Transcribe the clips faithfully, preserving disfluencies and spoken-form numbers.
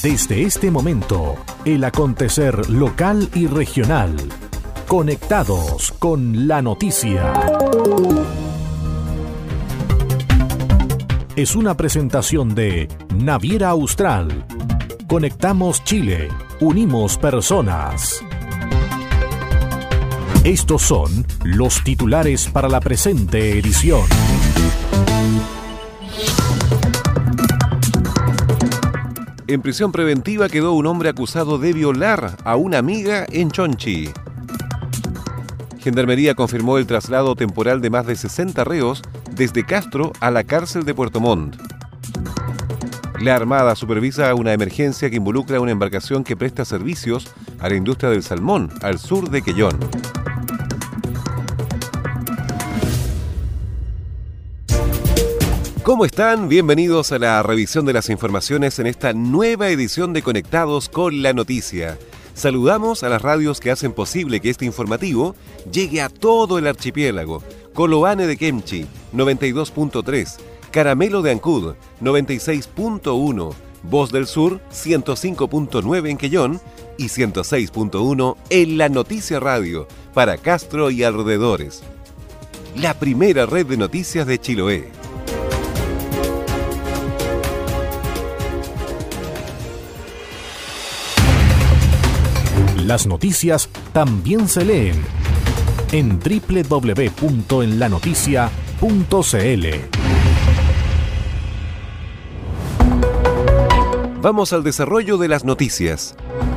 Desde este momento, el acontecer local y regional. Conectados con la noticia. Es una presentación de Naviera Austral. Conectamos Chile, unimos personas. Estos son los titulares para la presente edición. En prisión preventiva quedó un hombre acusado de violar a una amiga en Chonchi. Gendarmería confirmó el traslado temporal de más de sesenta reos desde Castro a la cárcel de Puerto Montt. La Armada supervisa una emergencia que involucra una embarcación que presta servicios a la industria del salmón al sur de Quellón. ¿Cómo están? Bienvenidos a la revisión de las informaciones en esta nueva edición de Conectados con la Noticia. Saludamos a las radios que hacen posible que este informativo llegue a todo el archipiélago. Coloane de Kemchi, noventa y dos punto tres, Caramelo de Ancud, noventa y seis punto uno, Voz del Sur, ciento cinco punto nueve en Quellón y ciento seis punto uno en La Noticia Radio para Castro y alrededores. La primera red de noticias de Chiloé. Las noticias también se leen en doble u doble u doble u punto en la noticia punto c l. Vamos al desarrollo de las noticias.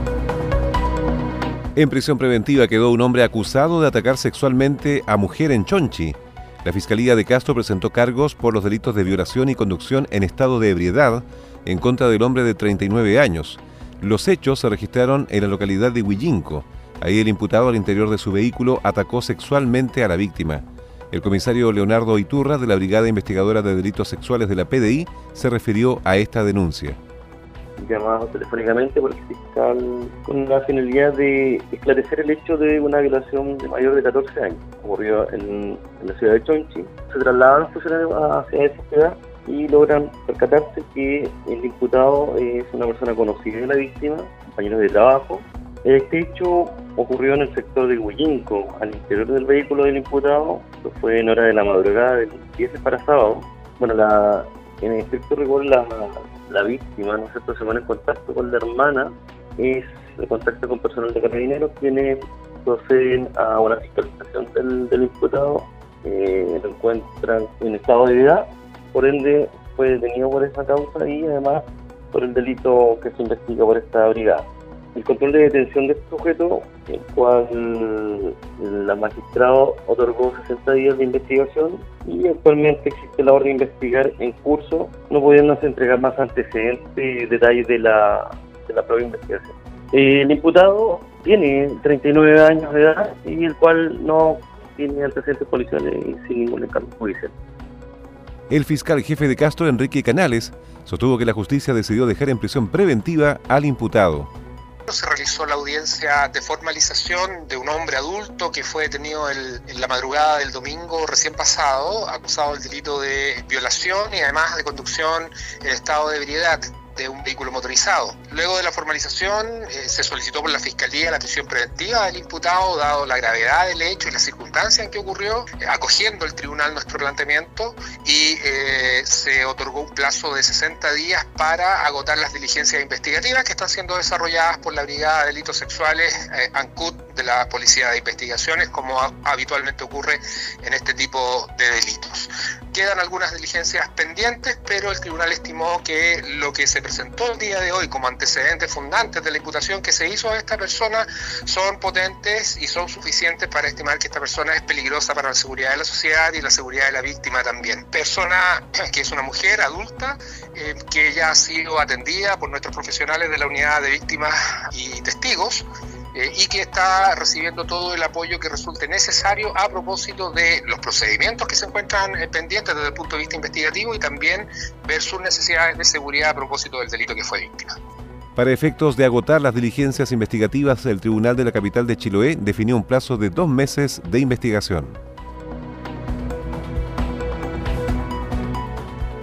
En prisión preventiva quedó un hombre acusado de atacar sexualmente a mujer en Chonchi. La Fiscalía de Castro presentó cargos por los delitos de violación y conducción en estado de ebriedad en contra del hombre de treinta y nueve años. Los hechos se registraron en la localidad de Huillinco. Ahí el imputado al interior de su vehículo atacó sexualmente a la víctima. El comisario Leonardo Iturra, de la Brigada Investigadora de Delitos Sexuales de la P D I, se refirió a esta denuncia. Llamado telefónicamente por el fiscal con la finalidad de esclarecer el hecho de una violación de mayor de catorce años. Ocurrió en, en la ciudad de Chonchi. Se trasladaron los funcionarios hacia esa ciudad y logran percatarse que el imputado es una persona conocida de la víctima, compañeros de trabajo. Este hecho ocurrió en el sector de Huillinco, al interior del vehículo del imputado. Esto fue en hora de la madrugada del viernes para sábado. Bueno, la, en estricto rigor la, la víctima, ¿no es cierto?, se pone en contacto con la hermana, es de contacto con personal de carabineros, quienes proceden a una fiscalización del, del imputado, eh, lo encuentran en estado de ebriedad. Por ende, fue detenido por esa causa y además por el delito que se investiga por esta brigada. El control de detención de este sujeto, el cual la magistrada otorgó sesenta días de investigación y actualmente existe la orden de investigar en curso, no pudiéndose entregar más antecedentes y detalles de la, de la propia investigación. El imputado tiene treinta y nueve años de edad y el cual no tiene antecedentes policiales y sin ningún encargo judicial. El fiscal jefe de Castro, Enrique Canales, sostuvo que la justicia decidió dejar en prisión preventiva al imputado. Se realizó la audiencia de formalización de un hombre adulto que fue detenido el, en la madrugada del domingo recién pasado, acusado del delito de violación y además de conducción en estado de ebriedad de un vehículo motorizado. Luego de la formalización eh, se solicitó por la Fiscalía la prisión preventiva del imputado, dado la gravedad del hecho y las circunstancias en que ocurrió, eh, acogiendo el tribunal nuestro planteamiento y eh, se otorgó un plazo de sesenta días para agotar las diligencias investigativas que están siendo desarrolladas por la Brigada de Delitos Sexuales eh, ANCUT de la Policía de Investigaciones, como a, habitualmente ocurre en este tipo de delitos. Quedan algunas diligencias pendientes, pero el tribunal estimó que lo que se presentó el día de hoy como antecedentes fundantes de la imputación que se hizo a esta persona son potentes y son suficientes para estimar que esta persona es peligrosa para la seguridad de la sociedad y la seguridad de la víctima también. Persona que es una mujer adulta, eh, que ya ha sido atendida por nuestros profesionales de la unidad de víctimas y testigos, Eh, y que está recibiendo todo el apoyo que resulte necesario a propósito de los procedimientos que se encuentran eh, pendientes desde el punto de vista investigativo y también ver sus necesidades de seguridad a propósito del delito que fue víctima. Para efectos de agotar las diligencias investigativas, el Tribunal de la capital de Chiloé definió un plazo de dos meses de investigación.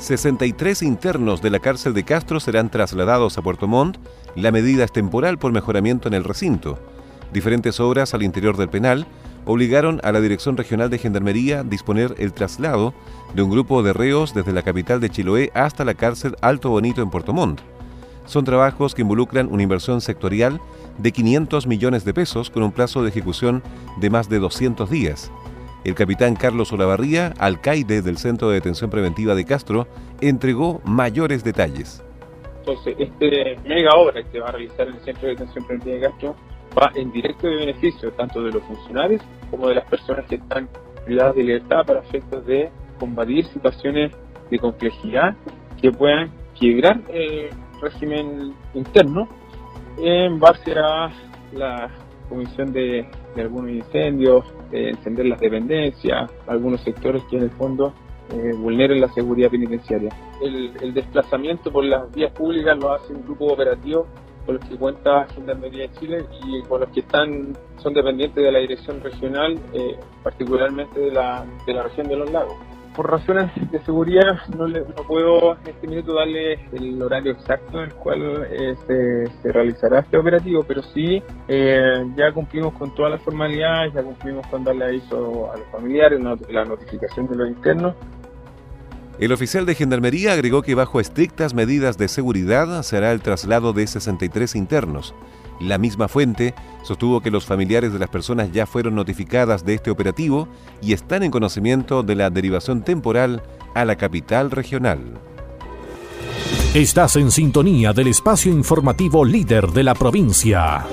sesenta y tres internos de la cárcel de Castro serán trasladados a Puerto Montt. La medida es temporal por mejoramiento en el recinto. Diferentes obras al interior del penal obligaron a la Dirección Regional de Gendarmería a disponer el traslado de un grupo de reos desde la capital de Chiloé hasta la cárcel Alto Bonito en Puerto Montt. Son trabajos que involucran una inversión sectorial de quinientos millones de pesos con un plazo de ejecución de más de doscientos días. El capitán Carlos Olavarría, alcaide del Centro de Detención Preventiva de Castro, entregó mayores detalles. Entonces, este mega obra que se va a realizar en el Centro de Detención Preventiva de Castro va en directo de beneficio tanto de los funcionarios como de las personas que están privadas de libertad para efectos de combatir situaciones de complejidad que puedan quebrar el régimen interno en base a la comisión de, de algunos incendios, de encender las dependencias, algunos sectores que en el fondo eh, vulneren la seguridad penitenciaria. El, el desplazamiento por las vías públicas lo hace un grupo operativo con los que cuenta Gendarmería de Chile y con los que están son dependientes de la dirección regional, eh, particularmente de la, de la región de los lagos. Por razones de seguridad no, le, no puedo en este minuto darle el horario exacto en el cual eh, se, se realizará este operativo, pero sí eh, ya cumplimos con todas las formalidades, ya cumplimos con darle aviso a los familiares, not- la notificación de los internos. El oficial de Gendarmería agregó que bajo estrictas medidas de seguridad se hará el traslado de sesenta y tres internos. La misma fuente sostuvo que los familiares de las personas ya fueron notificadas de este operativo y están en conocimiento de la derivación temporal a la capital regional. Estás en sintonía del espacio informativo líder de la provincia.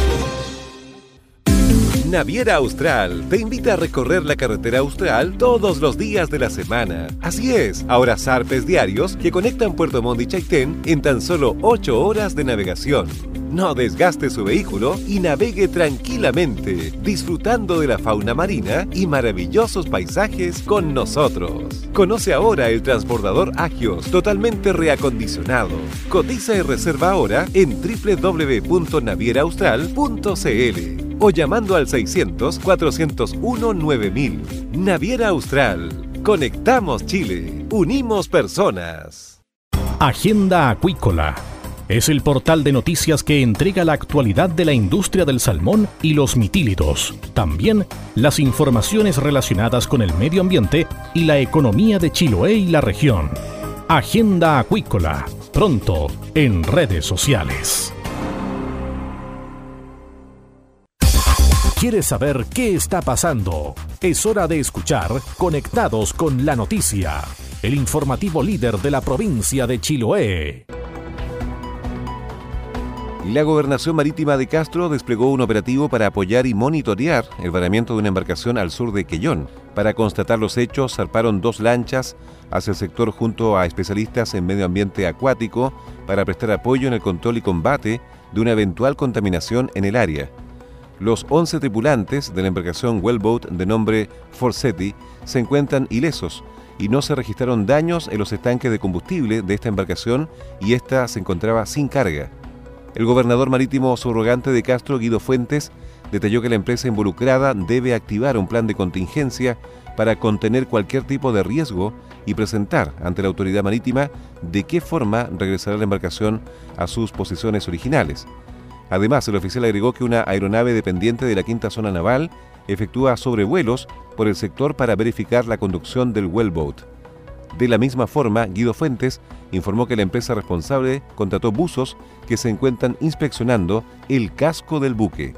Naviera Austral te invita a recorrer la carretera Austral todos los días de la semana. Así es, ahora zarpes diarios que conectan Puerto Montt y Chaitén en tan solo ocho horas de navegación. No desgaste su vehículo y navegue tranquilamente, disfrutando de la fauna marina y maravillosos paisajes con nosotros. Conoce ahora el transbordador Agios, totalmente reacondicionado. Cotiza y reserva ahora en doble u doble u doble u punto naviera austral punto c l o llamando al seiscientos, cuatrocientos uno, nueve mil. Naviera Austral. Conectamos Chile. Unimos personas. Agenda Acuícola. Es el portal de noticias que entrega la actualidad de la industria del salmón y los mitílidos. También las informaciones relacionadas con el medio ambiente y la economía de Chiloé y la región. Agenda Acuícola. Pronto en redes sociales. ¿Quieres saber qué está pasando? Es hora de escuchar Conectados con la Noticia, el informativo líder de la provincia de Chiloé. La Gobernación Marítima de Castro desplegó un operativo para apoyar y monitorear el varamiento de una embarcación al sur de Quellón. Para constatar los hechos, zarparon dos lanchas hacia el sector junto a especialistas en medio ambiente acuático para prestar apoyo en el control y combate de una eventual contaminación en el área. Los once tripulantes de la embarcación Wellboat de nombre Forsetti se encuentran ilesos y no se registraron daños en los estanques de combustible de esta embarcación y ésta se encontraba sin carga. El gobernador marítimo subrogante de Castro, Guido Fuentes, detalló que la empresa involucrada debe activar un plan de contingencia para contener cualquier tipo de riesgo y presentar ante la autoridad marítima de qué forma regresará la embarcación a sus posiciones originales. Además, el oficial agregó que una aeronave dependiente de la quinta zona naval efectúa sobrevuelos por el sector para verificar la conducción del wellboat. De la misma forma, Guido Fuentes informó que la empresa responsable contrató buzos que se encuentran inspeccionando el casco del buque.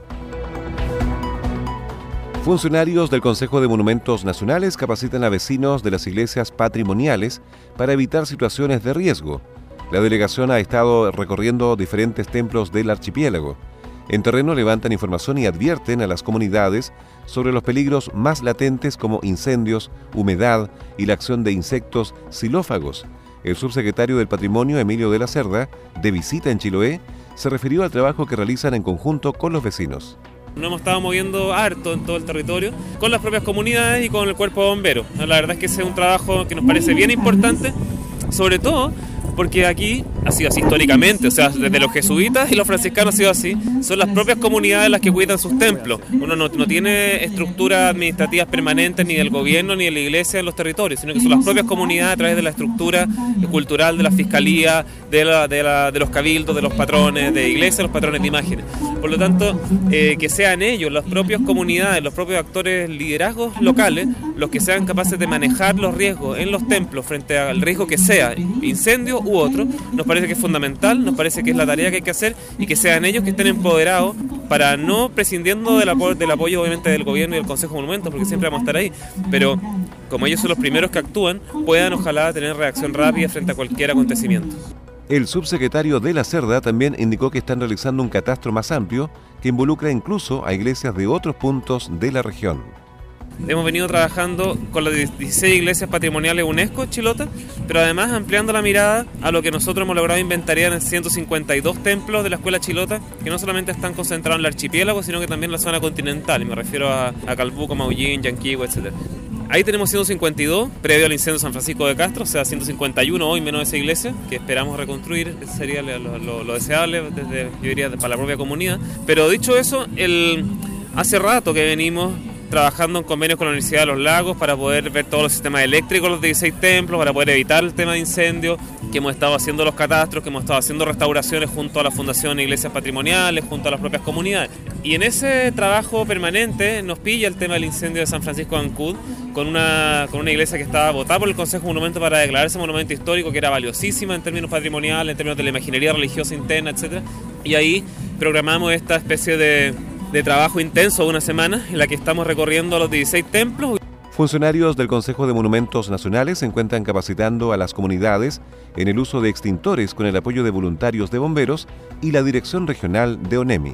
Funcionarios del Consejo de Monumentos Nacionales capacitan a vecinos de las iglesias patrimoniales para evitar situaciones de riesgo. La delegación ha estado recorriendo diferentes templos del archipiélago. En terreno levantan información y advierten a las comunidades sobre los peligros más latentes como incendios, humedad y la acción de insectos xilófagos. El subsecretario del Patrimonio, Emilio de la Cerda, de visita en Chiloé, se refirió al trabajo que realizan en conjunto con los vecinos. Nos hemos estado moviendo harto en todo el territorio, con las propias comunidades y con el cuerpo de bomberos. La verdad es que ese es un trabajo que nos parece bien importante, sobre todo porque aquí ha sido así históricamente, o sea, desde los jesuitas y los franciscanos ha sido así, son las propias comunidades las que cuidan sus templos. Uno no, no tiene estructuras administrativas permanentes ni del gobierno ni de la iglesia en los territorios, sino que son las propias comunidades a través de la estructura cultural de la fiscalía, de, la, de, la, de los cabildos, de los patrones de iglesia, los patrones de imágenes. Por lo tanto, eh, que sean ellos, las propias comunidades, los propios actores, liderazgos locales, los que sean capaces de manejar los riesgos en los templos frente al riesgo que sea, incendio u otro, nos parece que es fundamental, nos parece que es la tarea que hay que hacer y que sean ellos que estén empoderados para no prescindiendo del, apo del apoyo obviamente del gobierno y del Consejo de Monumentos, porque siempre vamos a estar ahí, pero como ellos son los primeros que actúan, puedan ojalá tener reacción rápida frente a cualquier acontecimiento. El subsecretario de la Cerda también indicó que están realizando un catastro más amplio que involucra incluso a iglesias de otros puntos de la región. Hemos venido trabajando con las dieciséis iglesias patrimoniales UNESCO Chilota, pero además ampliando la mirada a lo que nosotros hemos logrado inventariar en ciento cincuenta y dos templos de la Escuela Chilota, que no solamente están concentrados en el archipiélago, sino que también en la zona continental, y me refiero a, a Calbuco, Maullín, Yanquihue, etcétera. Ahí tenemos ciento cincuenta y dos, previo al incendio de San Francisco de Castro, o sea, ciento cincuenta y uno hoy menos esa iglesia, que esperamos reconstruir, eso sería lo, lo, lo deseable, desde, yo diría, para la propia comunidad. Pero dicho eso, el, hace rato que venimos trabajando en convenios con la Universidad de los Lagos para poder ver todos los sistemas eléctricos, los dieciséis templos, para poder evitar el tema de incendios, que hemos estado haciendo los catastros, que hemos estado haciendo restauraciones junto a la Fundación Iglesias Patrimoniales, junto a las propias comunidades. Y en ese trabajo permanente nos pilla el tema del incendio de San Francisco de Ancud, con una, con una iglesia que estaba votada por el Consejo de Monumentos para declararse monumento histórico, que era valiosísima en términos patrimoniales, en términos de la imaginería religiosa interna, etcétera. Y ahí programamos esta especie de de trabajo intenso de una semana en la que estamos recorriendo los dieciséis templos. Funcionarios del Consejo de Monumentos Nacionales se encuentran capacitando a las comunidades en el uso de extintores con el apoyo de voluntarios de bomberos y la Dirección Regional de ONEMI.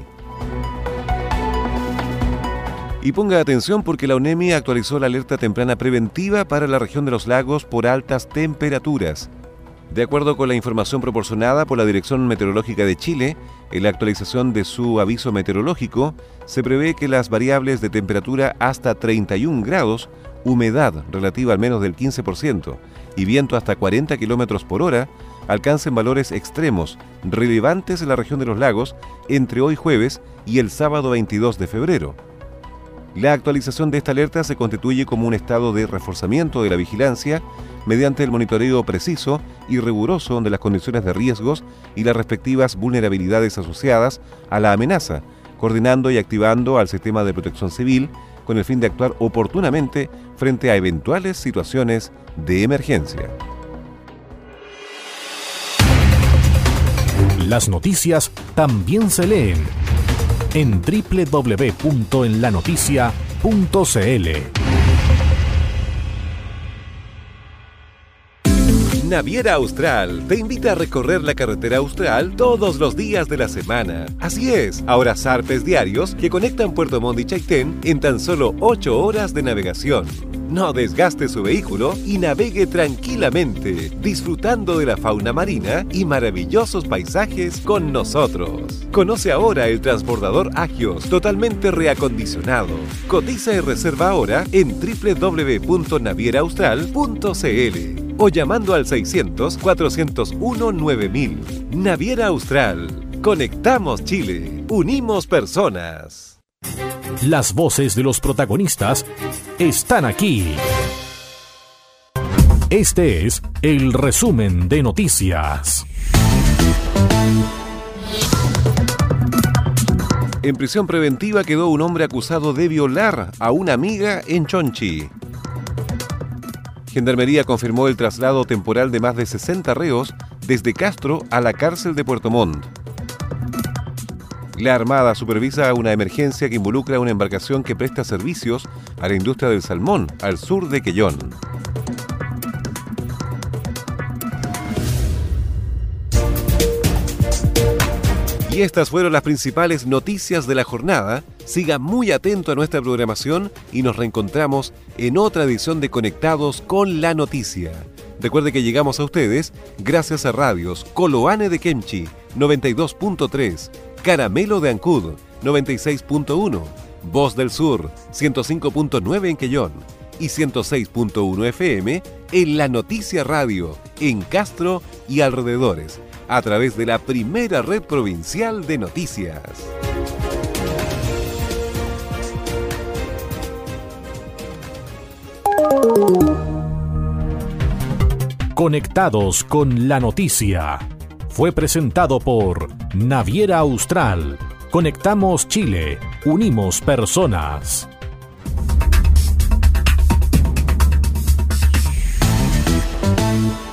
Y ponga atención porque la ONEMI actualizó la alerta temprana preventiva para la región de los lagos por altas temperaturas. De acuerdo con la información proporcionada por la Dirección Meteorológica de Chile, en la actualización de su aviso meteorológico, se prevé que las variables de temperatura hasta treinta y un grados, humedad relativa al menos del quince por ciento y viento hasta cuarenta kilómetros por hora alcancen valores extremos relevantes en la región de los lagos entre hoy jueves y el sábado veintidós de febrero. La actualización de esta alerta se constituye como un estado de reforzamiento de la vigilancia mediante el monitoreo preciso y riguroso de las condiciones de riesgos y las respectivas vulnerabilidades asociadas a la amenaza, coordinando y activando al sistema de protección civil con el fin de actuar oportunamente frente a eventuales situaciones de emergencia. Las noticias también se leen en doble u doble u doble u punto en la noticia punto c l. Naviera Austral te invita a recorrer la carretera austral todos los días de la semana. Así es, ahora zarpes diarios que conectan Puerto Montt y Chaitén en tan solo ocho horas de navegación. No desgaste su vehículo y navegue tranquilamente, disfrutando de la fauna marina y maravillosos paisajes con nosotros. Conoce ahora el transbordador Agios, totalmente reacondicionado. Cotiza y reserva ahora en doble u doble u doble u punto naviera austral punto c l o llamando al seiscientos, cuatrocientos uno, nueve mil. Naviera Austral. Conectamos Chile. Unimos personas. Las voces de los protagonistas están aquí. Este es el resumen de noticias. En prisión preventiva quedó un hombre acusado de violar a una amiga en Chonchi. Gendarmería confirmó el traslado temporal de más de sesenta reos desde Castro a la cárcel de Puerto Montt. La Armada supervisa una emergencia que involucra una embarcación que presta servicios a la industria del salmón al sur de Quellón. Y estas fueron las principales noticias de la jornada. Siga muy atento a nuestra programación y nos reencontramos en otra edición de Conectados con la Noticia. Recuerde que llegamos a ustedes gracias a radios Coloane de Kemchi, noventa y dos punto tres, Caramelo de Ancud, noventa y seis punto uno, Voz del Sur, ciento cinco punto nueve en Quellón, y ciento seis punto uno F M en La Noticia Radio, en Castro y alrededores, a través de la primera red provincial de noticias. Conectados con la noticia. Fue presentado por Naviera Austral. Conectamos Chile. Unimos personas.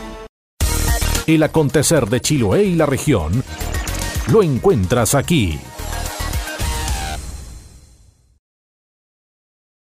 El acontecer de Chiloé y la región lo encuentras aquí.